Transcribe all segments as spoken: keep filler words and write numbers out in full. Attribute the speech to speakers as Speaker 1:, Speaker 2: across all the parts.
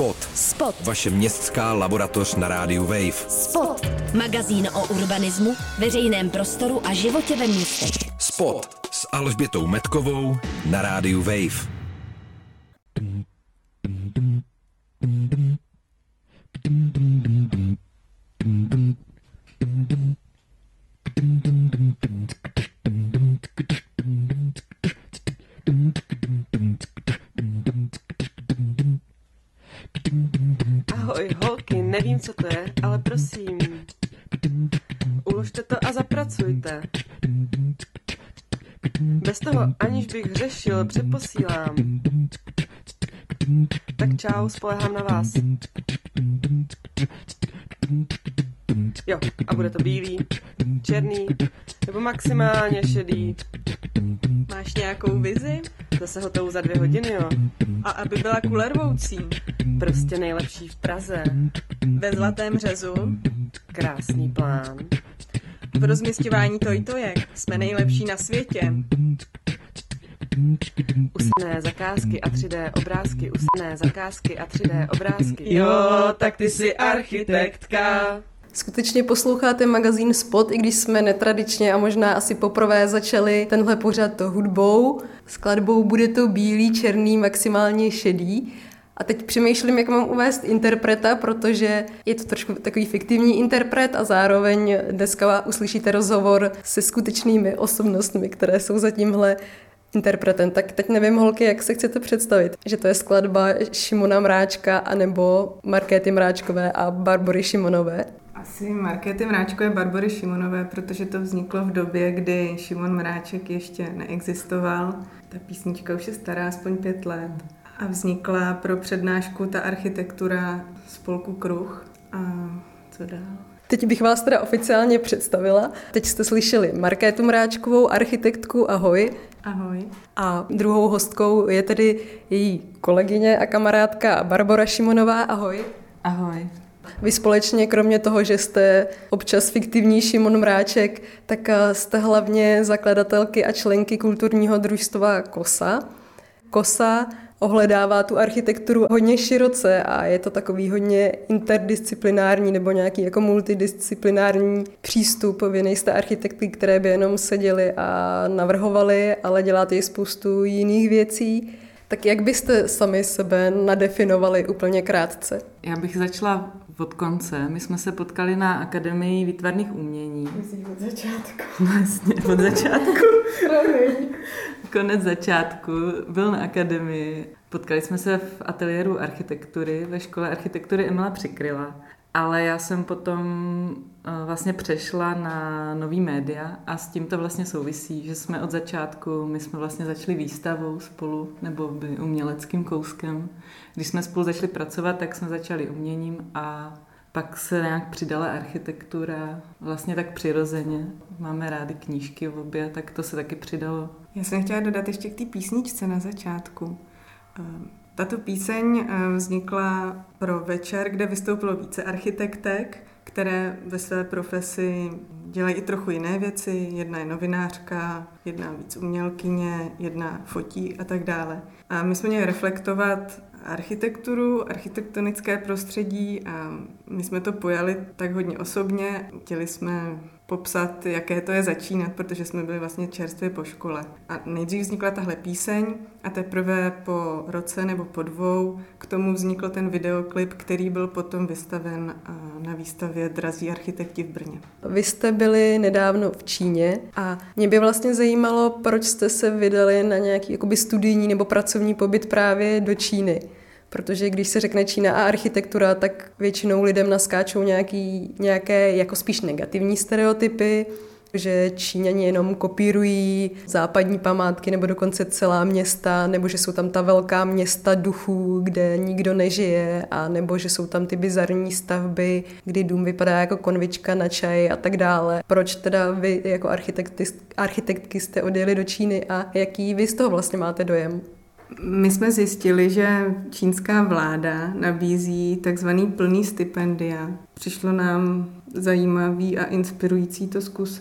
Speaker 1: Spot.
Speaker 2: Spot.
Speaker 1: Vaše městská laboratoř na rádiu Wave.
Speaker 2: Spot. Magazín o urbanismu, veřejném prostoru a životě ve městech.
Speaker 1: Spot s Alžbětou Metkovou na rádiu Wave.
Speaker 3: Ahoj holky, nevím, co to je, ale prosím, uložte to a zapracujte. Bez toho, aniž bych řešil, přeposílám. Tak čau, spolehám na vás. Jo, a bude to bílý, černý, nebo maximálně šedý.
Speaker 4: Máš nějakou vizi?
Speaker 3: Zase hotovou za dvě hodiny, jo.
Speaker 4: A aby byla kulervoucí.
Speaker 3: Prostě nejlepší v Praze.
Speaker 4: Ve Zlatém řezu.
Speaker 3: Krásný plán.
Speaker 4: V rozměstňování tojtojek. Jsme nejlepší na světě.
Speaker 3: Usné zakázky a tři dé obrázky, usné zakázky a tři dé obrázky.
Speaker 4: Jo, tak ty jsi architektka.
Speaker 5: Skutečně posloucháte magazín Spot, i když jsme netradičně a možná asi poprvé začali tenhle pořad hudbou. Skladbou Bude to bílý, černý, maximálně šedý. A teď přemýšlím, jak mám uvést interpreta, protože je to trošku takový fiktivní interpret a zároveň dneska uslyšíte rozhovor se skutečnými osobnostmi, které jsou za tímhle interpretem. Tak teď nevím, holky, jak se chcete představit, že to je skladba Šimona Mráčka anebo Markéty Mráčkové a Barbory Šimonové.
Speaker 6: Asi Markéty Mráčkové, Barbory Šimonové, protože to vzniklo v době, kdy Šimon Mráček ještě neexistoval. Ta písnička už je stará aspoň pět let. A vznikla pro přednášku ta architektura spolku Kruh. A co dál?
Speaker 5: Teď bych vás teda oficiálně představila. Teď jste slyšeli Markétu Mráčkovou, architektku, ahoj.
Speaker 6: Ahoj.
Speaker 5: A druhou hostkou je tedy její kolegyně a kamarádka Barbora Šimonová, ahoj.
Speaker 6: Ahoj.
Speaker 5: Vy společně, kromě toho, že jste občas fiktivní Šimon Mráček, tak jste hlavně zakladatelky a členky kulturního družstva Kosa. Kosa ohledává tu architekturu hodně široce a je to takový hodně interdisciplinární nebo nějaký jako multidisciplinární přístup. Vy nejste architektky, které by jenom seděly a navrhovaly, ale děláte i spoustu jiných věcí. Tak jak byste sami sebe nadefinovali úplně krátce?
Speaker 6: Já bych začala od konce. My jsme se potkali na Akademii výtvarných umění.
Speaker 5: Myslím od začátku.
Speaker 6: Vlastně od začátku. Konec začátku. Byl na akademii. Potkali jsme se v ateliéru architektury ve škole architektury Emila Přikryla. Ale já jsem potom vlastně přešla na nový média a s tím to vlastně souvisí, že jsme od začátku, my jsme vlastně začali výstavou spolu, nebo by uměleckým kouskem. Když jsme spolu začali pracovat, tak jsme začali uměním a pak se nějak přidala architektura, vlastně tak přirozeně. Máme rádi knížky v obě, tak to se taky přidalo.
Speaker 7: Já jsem chtěla dodat ještě k té písničce na začátku. Tato píseň vznikla pro večer, kde vystoupilo více architektek, které ve své profesi dělají i trochu jiné věci. Jedna je novinářka, jedna víc umělkyně, jedna fotí a tak dále. A my jsme měli reflektovat architekturu, architektonické prostředí a my jsme to pojali tak hodně osobně. Chtěli jsme popsat, jaké to je začínat, protože jsme byli vlastně čerstvě po škole. A nejdřív vznikla tahle píseň a teprve po roce nebo po dvou k tomu vznikl ten videoklip, který byl potom vystaven na výstavě Drazí architekti v Brně.
Speaker 5: Vy jste byli nedávno v Číně a mě by vlastně zajímalo, proč jste se vydali na nějaký jakoby studijní nebo pracovní pobyt právě do Číny. Protože když se řekne Čína a architektura, tak většinou lidem naskáčou nějaký, nějaké jako spíš negativní stereotypy, že Číňani jenom kopírují západní památky nebo dokonce celá města, nebo že jsou tam ta velká města duchů, kde nikdo nežije, a nebo že jsou tam ty bizarní stavby, kdy dům vypadá jako konvička na čaj a tak dále. Proč teda vy jako architektky, architektky jste odjeli do Číny a jaký vy z toho vlastně máte dojem?
Speaker 7: My jsme zjistili, že čínská vláda nabízí takzvaný plný stipendia. Přišlo nám zajímavý a inspirující to zkusit.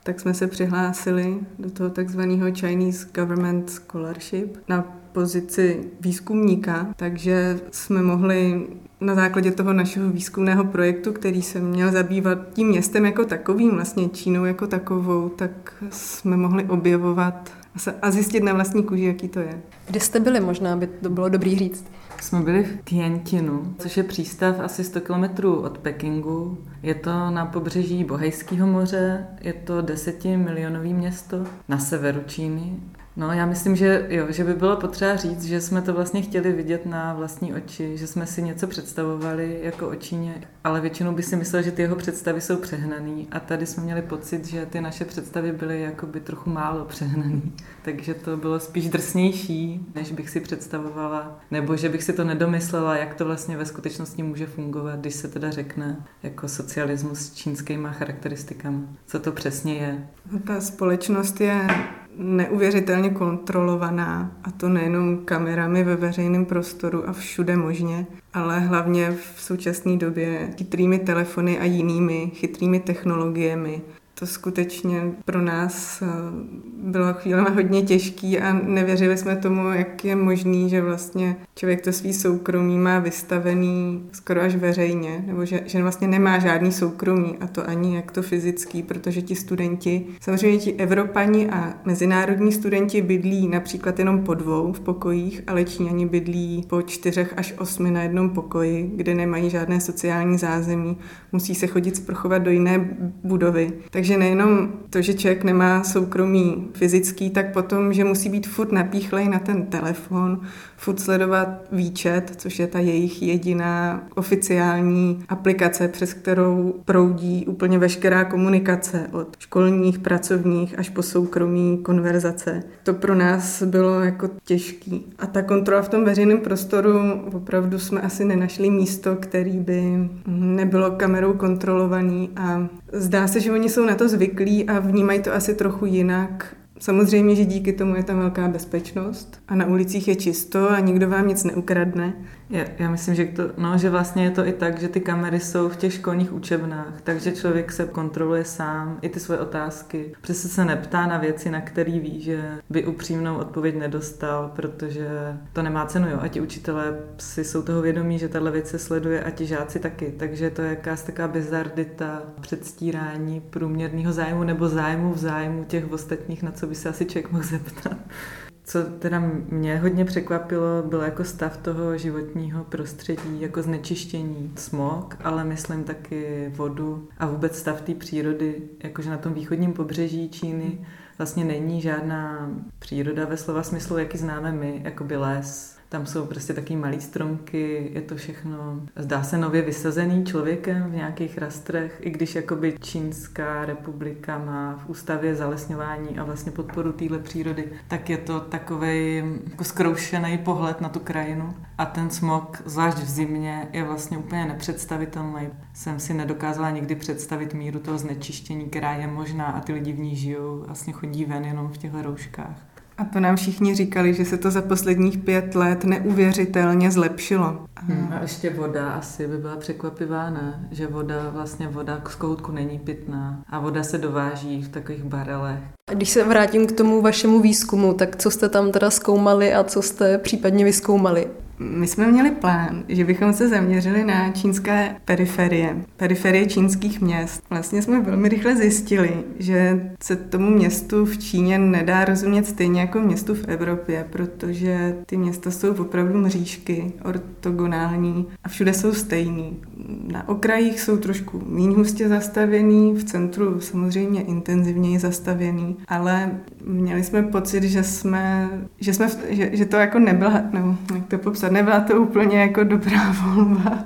Speaker 7: tak jsme se přihlásili do toho takzvaného Chinese Government Scholarship na pozici výzkumníka, takže jsme mohli na základě toho našeho výzkumného projektu, který se měl zabývat tím městem jako takovým, vlastně Čínou jako takovou, tak jsme mohli objevovat a zjistit na vlastní kůži, jaký to je.
Speaker 5: Kde jste byli, možná by to bylo dobrý říct?
Speaker 6: Jsme byli v Tientinu, což je přístav asi sto kilometrů od Pekingu. Je to na pobřeží Bohejského moře, je to desetimilionový město na severu Číny. No, já myslím, že jo, že by bylo potřeba říct, že jsme to vlastně chtěli vidět na vlastní oči, že jsme si něco představovali jako o Číně, ale většinou by si myslel, že ty jeho představy jsou přehnaný a tady jsme měli pocit, že ty naše představy byly jakoby trochu málo přehnaný, takže to bylo spíš drsnější, než bych si představovala, nebo že bych si to nedomyslela, jak to vlastně ve skutečnosti může fungovat, když se teda řekne jako socialismus s čínskýma charakteristikami. Co to přesně je?
Speaker 7: Ta společnost je neuvěřitelně kontrolovaná, a to nejenom kamerami ve veřejném prostoru a všude možně, ale hlavně v současné době chytrými telefony a jinými chytrými technologiemi. To skutečně pro nás bylo chvílema hodně těžký a nevěřili jsme tomu, jak je možný, že vlastně člověk to svý soukromí má vystavený skoro až veřejně, nebo že, že vlastně nemá žádný soukromí, a to ani jak to fyzický, protože ti studenti, samozřejmě ti Evropani a mezinárodní studenti bydlí například jenom po dvou v pokojích, ale Číňani bydlí po čtyřech až osmi na jednom pokoji, kde nemají žádné sociální zázemí, musí se chodit sprchovat do jiné budovy. Takže nejenom to, že člověk nemá soukromí fyzický, tak potom, že musí být furt napíchlej na ten telefon, furt sledovat výčet, což je ta jejich jediná oficiální aplikace, přes kterou proudí úplně veškerá komunikace od školních, pracovních až po soukromí konverzace. To pro nás bylo jako těžký. A ta kontrola v tom veřejném prostoru, opravdu jsme asi nenašli místo, který by nebylo kamerou kontrolovaný, a zdá se, že oni jsou na to zvyklí a vnímají to asi trochu jinak. Samozřejmě, že díky tomu je tam velká bezpečnost a na ulicích je čisto a nikdo vám nic neukradne.
Speaker 6: Já, já myslím, že, to, no, že vlastně je to i tak, že ty kamery jsou v těch školních učebnách, takže člověk se kontroluje sám, i ty svoje otázky. Přesně se neptá na věci, na které ví, že by upřímnou odpověď nedostal, protože to nemá cenu, jo. A ti učitelé si jsou toho vědomí, že tahle věc se sleduje, a ti žáci taky. Takže to je jakási taková bizardita, předstírání průměrného zájmu nebo zájmu v zájmu těch ostatních, na co by se asi člověk mohl zeptat. Co teda mě hodně překvapilo, byl jako stav toho životního prostředí, jako znečištění, smog, ale myslím taky vodu a vůbec stav té přírody, jakože na tom východním pobřeží Číny vlastně není žádná příroda ve slova smyslu, jaký známe my, jakoby les. Tam jsou prostě taky malý stromky, je to všechno, zdá se, nově vysazený člověkem v nějakých rastrech, i když jakoby Čínská republika má v ústavě zalesňování a vlastně podporu téhle přírody, tak je to takovej jako zkroušený pohled na tu krajinu. A ten smog, zvlášť v zimě, je vlastně úplně nepředstavitelný. Jsem si nedokázala nikdy představit míru toho znečištění, která je možná, a ty lidi v ní žijou, vlastně chodí ven jenom v těchto rouškách.
Speaker 7: A to nám všichni říkali, že se to za posledních pět let neuvěřitelně zlepšilo.
Speaker 6: Hmm, a ještě voda asi by byla překvapivá, ne? Že voda, vlastně voda z kohoutku není pitná a voda se dováží v takových barelech.
Speaker 5: Když se vrátím k tomu vašemu výzkumu, tak co jste tam teda zkoumali a co jste případně vyzkoumali?
Speaker 7: My jsme měli plán, že bychom se zaměřili na čínské periferie, periferie čínských měst. Vlastně jsme velmi rychle zjistili, že se tomu městu v Číně nedá rozumět stejně jako městu v Evropě, protože ty města jsou opravdu mřížky, ortogonální a všude jsou stejný. Na okrajích jsou trošku méně hustě zastavěný, v centru samozřejmě intenzivněji zastavěný, ale měli jsme pocit, že jsme, že, jsme, že, že to jako nebyla, no, jak to popsat, nebyla to úplně jako dobrá volba,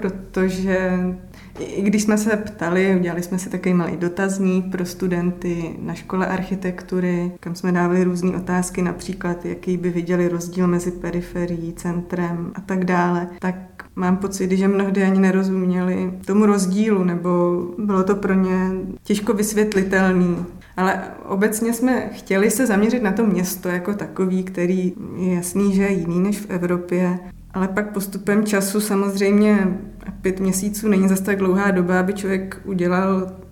Speaker 7: protože i když jsme se ptali, udělali jsme si takový malý dotazník pro studenty na škole architektury, kam jsme dávali různé otázky, například jaký by viděli rozdíl mezi periferií, centrem a tak dále, tak mám pocit, že mnohdy ani nerozuměli tomu rozdílu, nebo bylo to pro ně těžko vysvětlitelný. Ale obecně jsme chtěli se zaměřit na to město jako takový, který je jasný, že je jiný než v Evropě. Ale pak postupem času samozřejmě pět měsíců není zas tak dlouhá doba, aby člověk udělal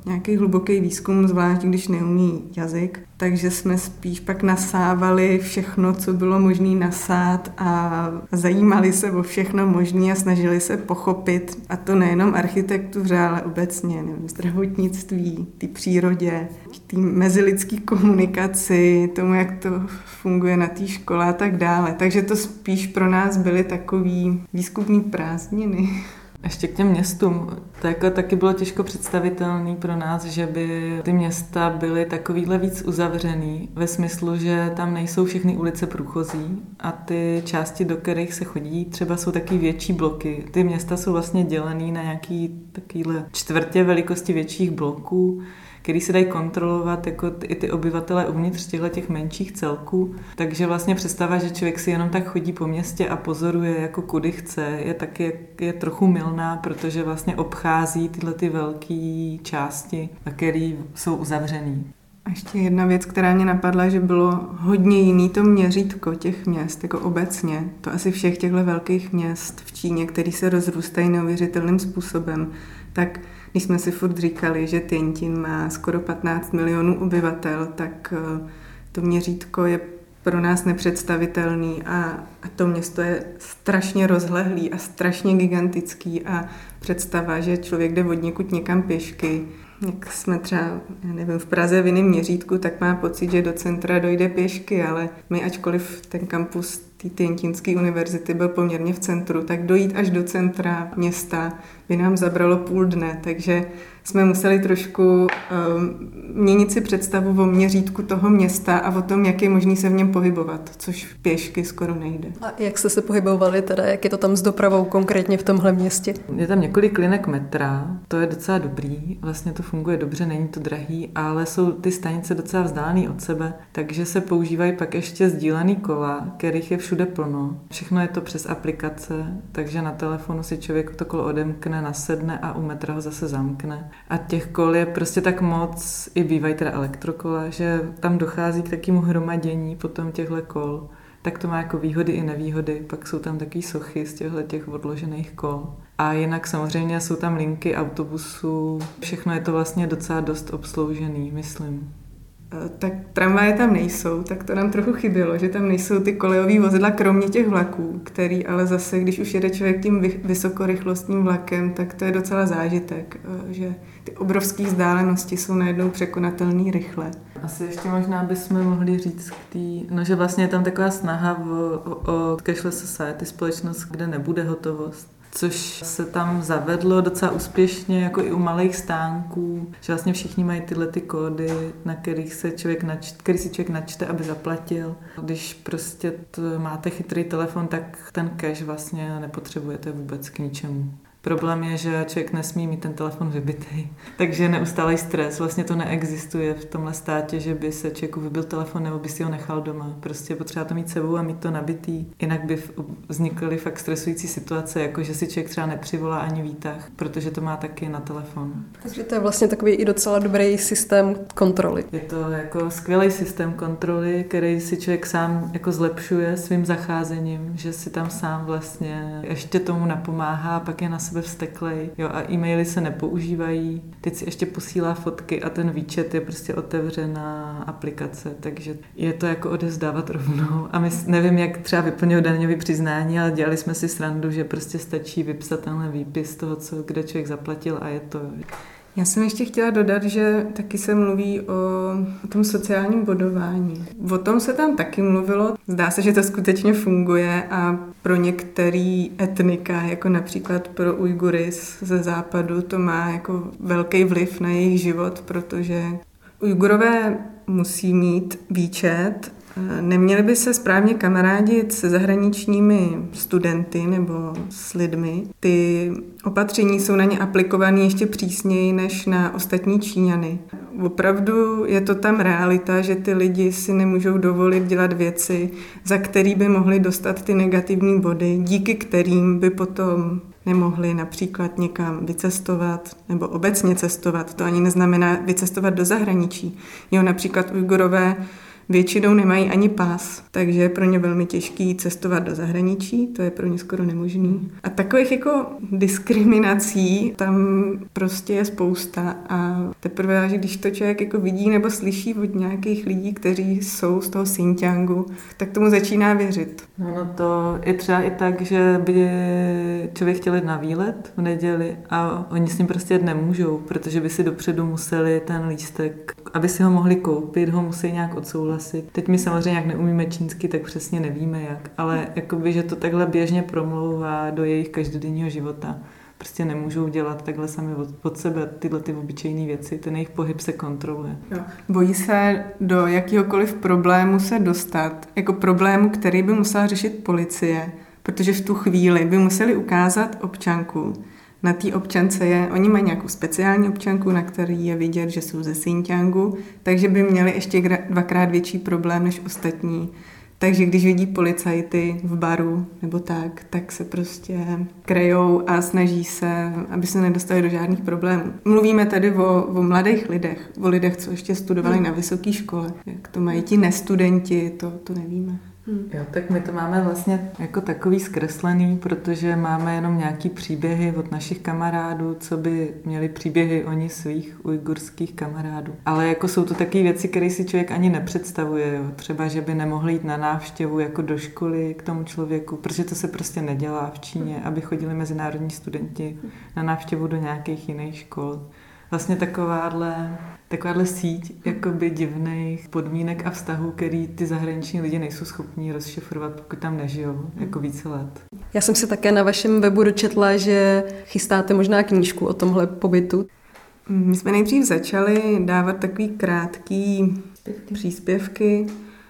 Speaker 7: nějaký hluboký výzkum, zvlášť když neumí jazyk. Takže jsme spíš pak nasávali všechno, co bylo možné nasát a zajímali se o všechno možné a snažili se pochopit. A to nejenom architektuře, ale obecně nevím, zdravotnictví, té přírodě, té mezilidské komunikaci, tomu, jak to funguje na té škole a tak dále. Takže to spíš pro nás byly takový výzkumní prázdniny.
Speaker 6: Ještě k těm městům. To jako taky bylo těžko představitelné pro nás, že by ty města byly takovýhle víc uzavřený, ve smyslu, že tam nejsou všechny ulice průchozí a ty části, do kterých se chodí, třeba jsou taky větší bloky. Ty města jsou vlastně dělený na nějaký takovýhle čtvrtě velikosti větších bloků, který se dají kontrolovat jako ty, i ty obyvatele uvnitř těchto těch menších celků. Takže vlastně představa, že člověk si jenom tak chodí po městě a pozoruje, jako kudy chce, je taky je trochu mylná, protože vlastně obchází tyhle ty velké části, které jsou uzavřený.
Speaker 7: A ještě jedna věc, která mě napadla, že bylo hodně jiný to měřítko těch měst, jako obecně. To asi všech těchto velkých měst v Číně, které se rozrůstají neuvěřitelným způsobem, tak když jsme si furt říkali, že Tianjin má skoro patnáct milionů obyvatel, tak to měřítko je pro nás nepředstavitelný a, a to město je strašně rozlehlý a strašně gigantický a představa, že člověk jde odněkud někam pěšky, jak jsme třeba, já nevím, v Praze v jiném měřítku, tak má pocit, že do centra dojde pěšky, ale my, ačkoliv ten kampus té Tianjinské univerzity byl poměrně v centru, tak dojít až do centra města by nám zabralo půl dne, takže jsme museli trošku um, měnit si představu o měřítku toho města a o tom, jak je možný se v něm pohybovat, což pěšky skoro nejde.
Speaker 5: A jak jste se pohybovali teda, jak je to tam s dopravou konkrétně v tomhle městě?
Speaker 6: Je tam několik linek metra, to je docela dobrý, vlastně to funguje dobře, není to drahý, ale jsou ty stanice docela vzdálený od sebe, takže se používají pak ještě sdílený kola, kterých je všude plno. Všechno je to přes aplikace, takže na telefonu si člověk to kolo odemkne, nasedne a u metra ho zase zamkne. A těch kol je prostě tak moc, i bývají teda elektrokola, že tam dochází k takému hromadění potom těchto kol. Tak to má jako výhody i nevýhody. Pak jsou tam taky sochy z těchto těch odložených kol. A jinak samozřejmě jsou tam linky autobusů. Všechno je to vlastně docela dost obsloužený, myslím.
Speaker 7: Tak tramvaje tam nejsou, tak to nám trochu chybělo, že tam nejsou ty kolejové vozidla, kromě těch vlaků, který ale zase, když už jede člověk tím vysokorychlostním vlakem, tak to je docela zážitek, že ty obrovské vzdálenosti jsou najednou překonatelný rychle.
Speaker 6: Asi ještě možná bychom mohli říct k tý, no, že vlastně je tam taková snaha o, o, o cashless society, společnost, kde nebude hotovost. Což se tam zavedlo docela úspěšně, jako i u malých stánků, že vlastně všichni mají tyhle ty kódy, na kterých se člověk načte, který si člověk načte, aby zaplatil. Když prostě máte chytrý telefon, tak ten cash vlastně nepotřebujete vůbec k ničemu. Problém je, že člověk nesmí mít ten telefon vybitej, takže neustálej stres. Vlastně to neexistuje v tomhle státě, že by se člověku vybil telefon nebo by si ho nechal doma. Prostě potřeba to mít sebou a mít to nabitý. Jinak by vznikaly fakt stresující situace, jako že si člověk třeba nepřivolá ani výtah, protože to má taky na telefon.
Speaker 5: Takže to je vlastně takový i docela dobrý systém kontroly.
Speaker 6: Je to jako skvělý systém kontroly, který si člověk sám jako zlepšuje svým zacházením, že si tam sám vlastně ještě tomu napomáhá, pak je na sebe vzteklej, jo, a e-maily se nepoužívají, teď si ještě posílá fotky a ten výčet je prostě otevřená aplikace, takže je to jako odevzdávat rovnou. A my nevím, jak třeba vyplňují daňové přiznání, ale dělali jsme si srandu, že prostě stačí vypsat tenhle výpis toho, co, kde člověk zaplatil a je to.
Speaker 7: Já jsem ještě chtěla dodat, že taky se mluví o, o tom sociálním bodování. O tom se tam taky mluvilo. Zdá se, že to skutečně funguje a pro některé etnika, jako například pro Ujgury ze západu, to má jako velký vliv na jejich život, protože Ujgurové musí mít výčet, neměli by se správně kamarádit se zahraničními studenty nebo s lidmi. Ty opatření jsou na ně aplikované ještě přísněji než na ostatní Číňany. Opravdu je to tam realita, že ty lidi si nemůžou dovolit dělat věci, za který by mohli dostat ty negativní body, díky kterým by potom nemohli například někam vycestovat nebo obecně cestovat. To ani neznamená vycestovat do zahraničí. Jo, například Ujgurové většinou nemají ani pas, takže je pro ně velmi těžký cestovat do zahraničí, to je pro ně skoro nemožný. A takových jako diskriminací tam prostě je spousta a teprve, až když to člověk jako vidí nebo slyší od nějakých lidí, kteří jsou z toho Xinjiangu, tak tomu začíná věřit.
Speaker 6: No, no to je třeba i tak, že by člověk chtěl jít na výlet v neděli a oni s ním prostě jet nemůžou, protože by si dopředu museli ten lístek, aby si ho mohli koupit, ho musí nějak odsouhlasit. Teď my samozřejmě jak neumíme čínsky, tak přesně nevíme jak, ale jakoby, že to takhle běžně promlouvá do jejich každodenního života. Prostě nemůžou dělat takhle sami od, od sebe tyhle ty obyčejné věci, ten jejich pohyb se kontroluje.
Speaker 7: Jo. Bojí se do jakýhokoliv problému se dostat, jako problému, který by musela řešit policie, protože v tu chvíli by museli ukázat občanku. Na té občance je, oni mají nějakou speciální občanku, na který je vidět, že jsou ze Xinjiangu, takže by měli ještě dvakrát větší problém než ostatní. Takže když vidí policajty v baru nebo tak, tak se prostě krejou a snaží se, aby se nedostali do žádných problémů. Mluvíme tady o, o mladých lidech, o lidech, co ještě studovali na vysoké škole. Jak to mají ti nestudenti, to, to nevíme.
Speaker 6: Hmm. Jo, tak my to máme vlastně jako takový zkreslený, protože máme jenom nějaký příběhy od našich kamarádů, co by měli příběhy oni svých ujgurských kamarádů. Ale jako jsou to taky věci, které si člověk ani nepředstavuje. Jo. Třeba, že by nemohli jít na návštěvu jako do školy k tomu člověku, protože to se prostě nedělá v Číně, aby chodili mezinárodní studenti na návštěvu do nějakých jiných škol. Vlastně takováhle, takováhle síť jakoby divných podmínek a vztahů, který ty zahraniční lidi nejsou schopní rozšifrovat, pokud tam nežijou jako více let.
Speaker 5: Já jsem si také na vašem webu dočetla, že chystáte možná knížku o tomhle pobytu.
Speaker 7: My jsme nejdřív začali dávat takový krátký příspěvky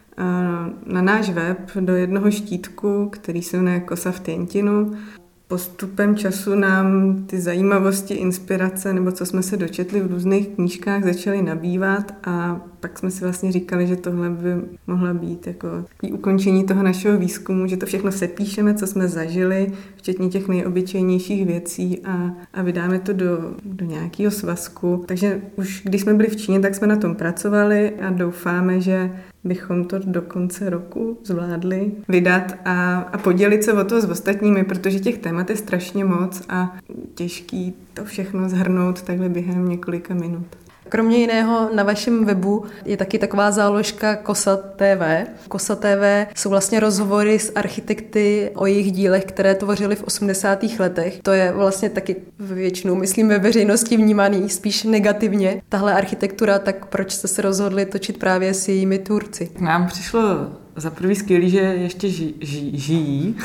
Speaker 7: na náš web do jednoho štítku, který se jmenuje Kosa v Tientinu. Postupem času nám ty zajímavosti, inspirace, nebo co jsme se dočetli v různých knížkách, začaly nabývat a pak jsme si vlastně říkali, že tohle by mohla být jako takový ukončení toho našeho výzkumu, že to všechno sepíšeme, co jsme zažili, včetně těch nejobyčejnějších věcí a, a vydáme to do, do nějakého svazku. Takže už když jsme byli v Číně, tak jsme na tom pracovali a doufáme, že bychom to do konce roku zvládli vydat a, a podělit se o to s ostatními, protože těch témat je strašně moc a těžký to všechno shrnout takhle během několika minut.
Speaker 5: Kromě jiného na vašem webu je taky taková záložka Kosa T V. Kosa T V jsou vlastně rozhovory s architekty o jejich dílech, které tvořili v osmdesátých letech. To je vlastně taky většinou, myslím, ve veřejnosti vnímaný spíš negativně. Tahle architektura, tak proč jste se rozhodli točit právě s jejími tvůrci?
Speaker 6: Nám přišlo za prvý skvělý, že ještě ži, ži, žijí.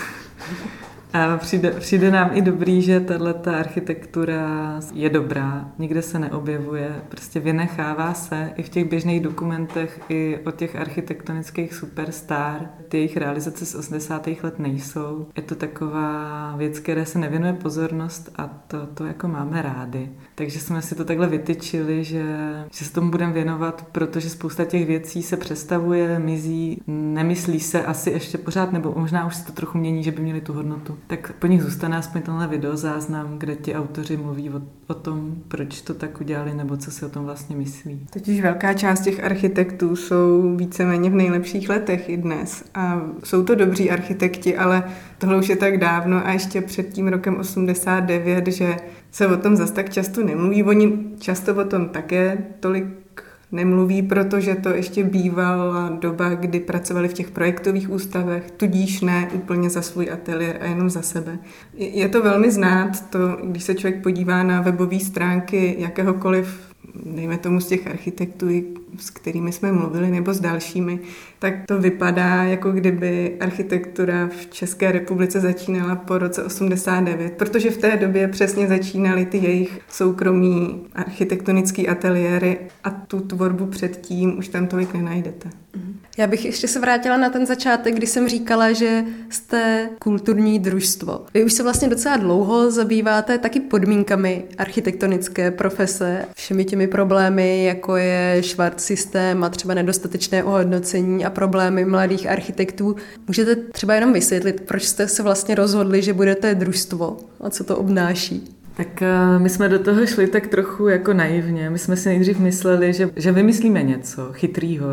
Speaker 6: A přijde, přijde nám i dobrý, že tato architektura je dobrá, nikde se neobjevuje, prostě vynechává se i v těch běžných dokumentech, i o těch architektonických superstar. Ty jejich realizace z osmdesátých let nejsou. Je to taková věc, které se nevěnuje pozornost a to, to jako máme rádi. Takže jsme si to takhle vytyčili, že, že se tomu budeme věnovat, protože spousta těch věcí se přestavuje, mizí, nemyslí se asi ještě pořád, nebo možná už se to trochu mění, že by měli tu hodnotu. Tak po nich zůstane aspoň tenhle videozáznam, kde ti autoři mluví o, o tom, proč to tak udělali, nebo co si o tom vlastně myslí.
Speaker 7: Totiž velká část těch architektů jsou víceméně v nejlepších letech i dnes. A jsou to dobří architekti, ale tohle už je tak dávno a ještě před tím rokem osmdesát devět, že se o tom zas tak často nemluví. Oni často o tom také tolik nemluví, protože to ještě bývala doba, kdy pracovali v těch projektových ústavech, tudíž ne úplně za svůj ateliér a jenom za sebe. Je to velmi znát, to, když se člověk podívá na webové stránky jakéhokoliv, dejme tomu z těch architektů, s kterými jsme mluvili, nebo s dalšími, tak to vypadá, jako kdyby architektura v České republice začínala po roce osmdesát devět, protože v té době přesně začínaly ty jejich soukromí architektonické ateliéry a tu tvorbu předtím už tam tolik nenajdete.
Speaker 5: Já bych ještě se vrátila na ten začátek, kdy jsem říkala, že jste kulturní družstvo. Vy už se vlastně docela dlouho zabýváte taky podmínkami architektonické profese, všemi těmi problémy, jako je Schwarz systém a třeba nedostatečné ohodnocení a problémy mladých architektů. Můžete třeba jenom vysvětlit, proč jste se vlastně rozhodli, že budete družstvo a co to obnáší?
Speaker 6: Tak my jsme do toho šli tak trochu jako naivně. My jsme si nejdřív mysleli, že, že vymyslíme něco chytrýho,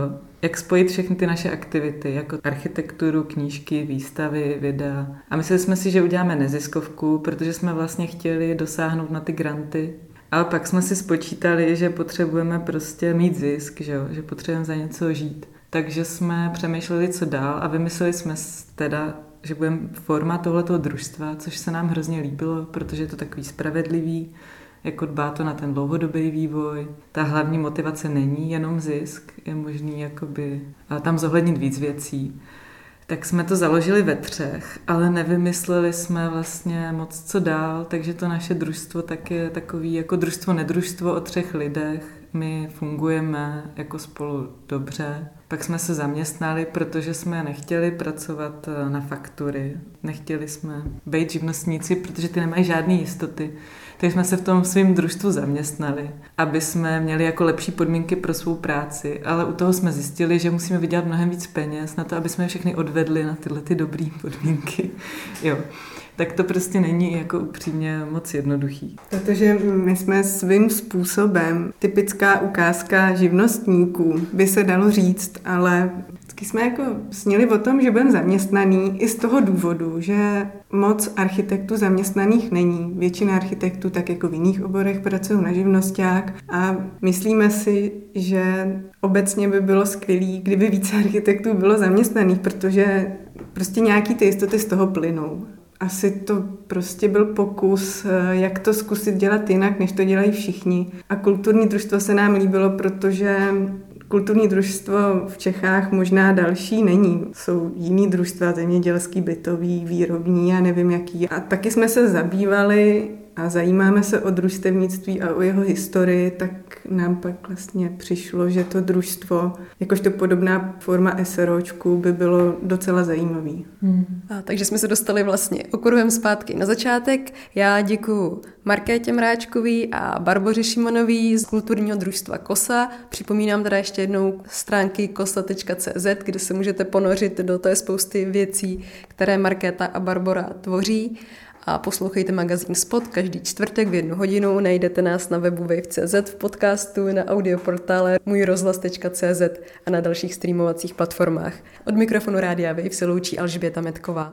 Speaker 6: jak spojit všechny ty naše aktivity, jako architekturu, knížky, výstavy, videa. A mysleli jsme si, že uděláme neziskovku, protože jsme vlastně chtěli dosáhnout na ty granty. Ale pak jsme si spočítali, že potřebujeme prostě mít zisk, že, jo? Že potřebujeme za něco žít. Takže jsme přemýšleli, co dál a vymysleli jsme teda, že budeme forma tohletoho družstva, což se nám hrozně líbilo, protože je to takový spravedlivý, jako dbá to na ten dlouhodobý vývoj. Ta hlavní motivace není jenom zisk, je možný jakoby, a tam zohlednit víc věcí. Tak jsme to založili ve třech, ale nevymysleli jsme vlastně moc co dál, takže to naše družstvo tak je takový jako družstvo, nedružstvo o třech lidech. My fungujeme jako spolu dobře. Pak jsme se zaměstnali, protože jsme nechtěli pracovat na faktury. Nechtěli jsme být živnostníci, protože ty nemají žádné jistoty. Takže jsme se v tom svém družstvu zaměstnali, aby jsme měli jako lepší podmínky pro svou práci, ale u toho jsme zjistili, že musíme vydělat mnohem víc peněz na to, aby jsme všechny odvedli na tyhle ty dobré podmínky. Jo. Tak to prostě není jako upřímně moc jednoduchý.
Speaker 7: Protože my jsme svým způsobem typická ukázka živnostníků, by se dalo říct, ale vždycky jsme jako sněli o tom, že budeme zaměstnaný i z toho důvodu, že moc architektů zaměstnaných není. Většina architektů tak jako v jiných oborech pracují na živnosťák a myslíme si, že obecně by bylo skvělé, kdyby více architektů bylo zaměstnaných, protože prostě nějaký ty jistoty z toho plynou. Asi to prostě byl pokus, jak to zkusit dělat jinak, než to dělají všichni. A kulturní družstvo se nám líbilo, protože kulturní družstvo v Čechách možná další není. Jsou jiný družstva, zemědělský, bytový, výrobní a nevím jaký. A taky jsme se zabývali a zajímáme se o družstevnictví a o jeho historii, tak nám pak vlastně přišlo, že to družstvo, jakožto podobná forma SROčku, by bylo docela zajímavý.
Speaker 5: Hmm. A, takže jsme se dostali vlastně okruhem zpátky na začátek. Já děkuju Markétě Mráčkový a Barboře Šimonový z kulturního družstva Kosa. Připomínám teda ještě jednou stránky kosa tečka cé zet, kde se můžete ponořit do té spousty věcí, které Markéta a Barbora tvoří. A poslouchejte magazín Spot každý čtvrtek v jednu hodinu. Najdete nás na webu wave tečka cé zet, v podcastu, na audioportále můj rozhlas tečka cé zet a na dalších streamovacích platformách. Od mikrofonu Rádia Wave se loučí Alžběta Metková.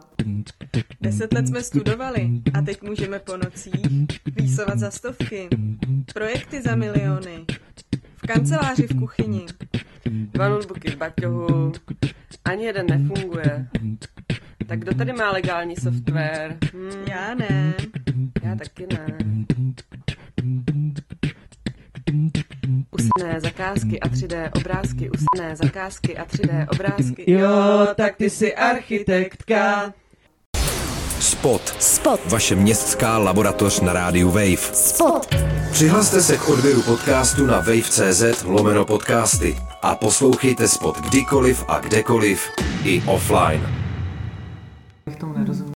Speaker 4: Deset let jsme studovali a teď můžeme po nocích výsovat za stovky. Projekty za miliony. V kanceláři, v kuchyni.
Speaker 3: Dva notebooky v baťohu. Ani jeden nefunguje. Tak kdo tady má legální software? Hmm.
Speaker 4: Já ne.
Speaker 3: Já taky ne. Usné zakázky a tři dé obrázky. Usné zakázky a tři dé obrázky.
Speaker 4: Jo, tak ty jsi architektka.
Speaker 1: Spot.
Speaker 2: Spot.
Speaker 1: Vaše městská laboratoř na rádiu Wave.
Speaker 2: Spot.
Speaker 1: Přihlaste se k odběru podcastu na wave tečka cé zet lomeno podcasty a poslouchejte Spot kdykoliv a kdekoliv i offline.
Speaker 6: Bych tomu nerozuměl.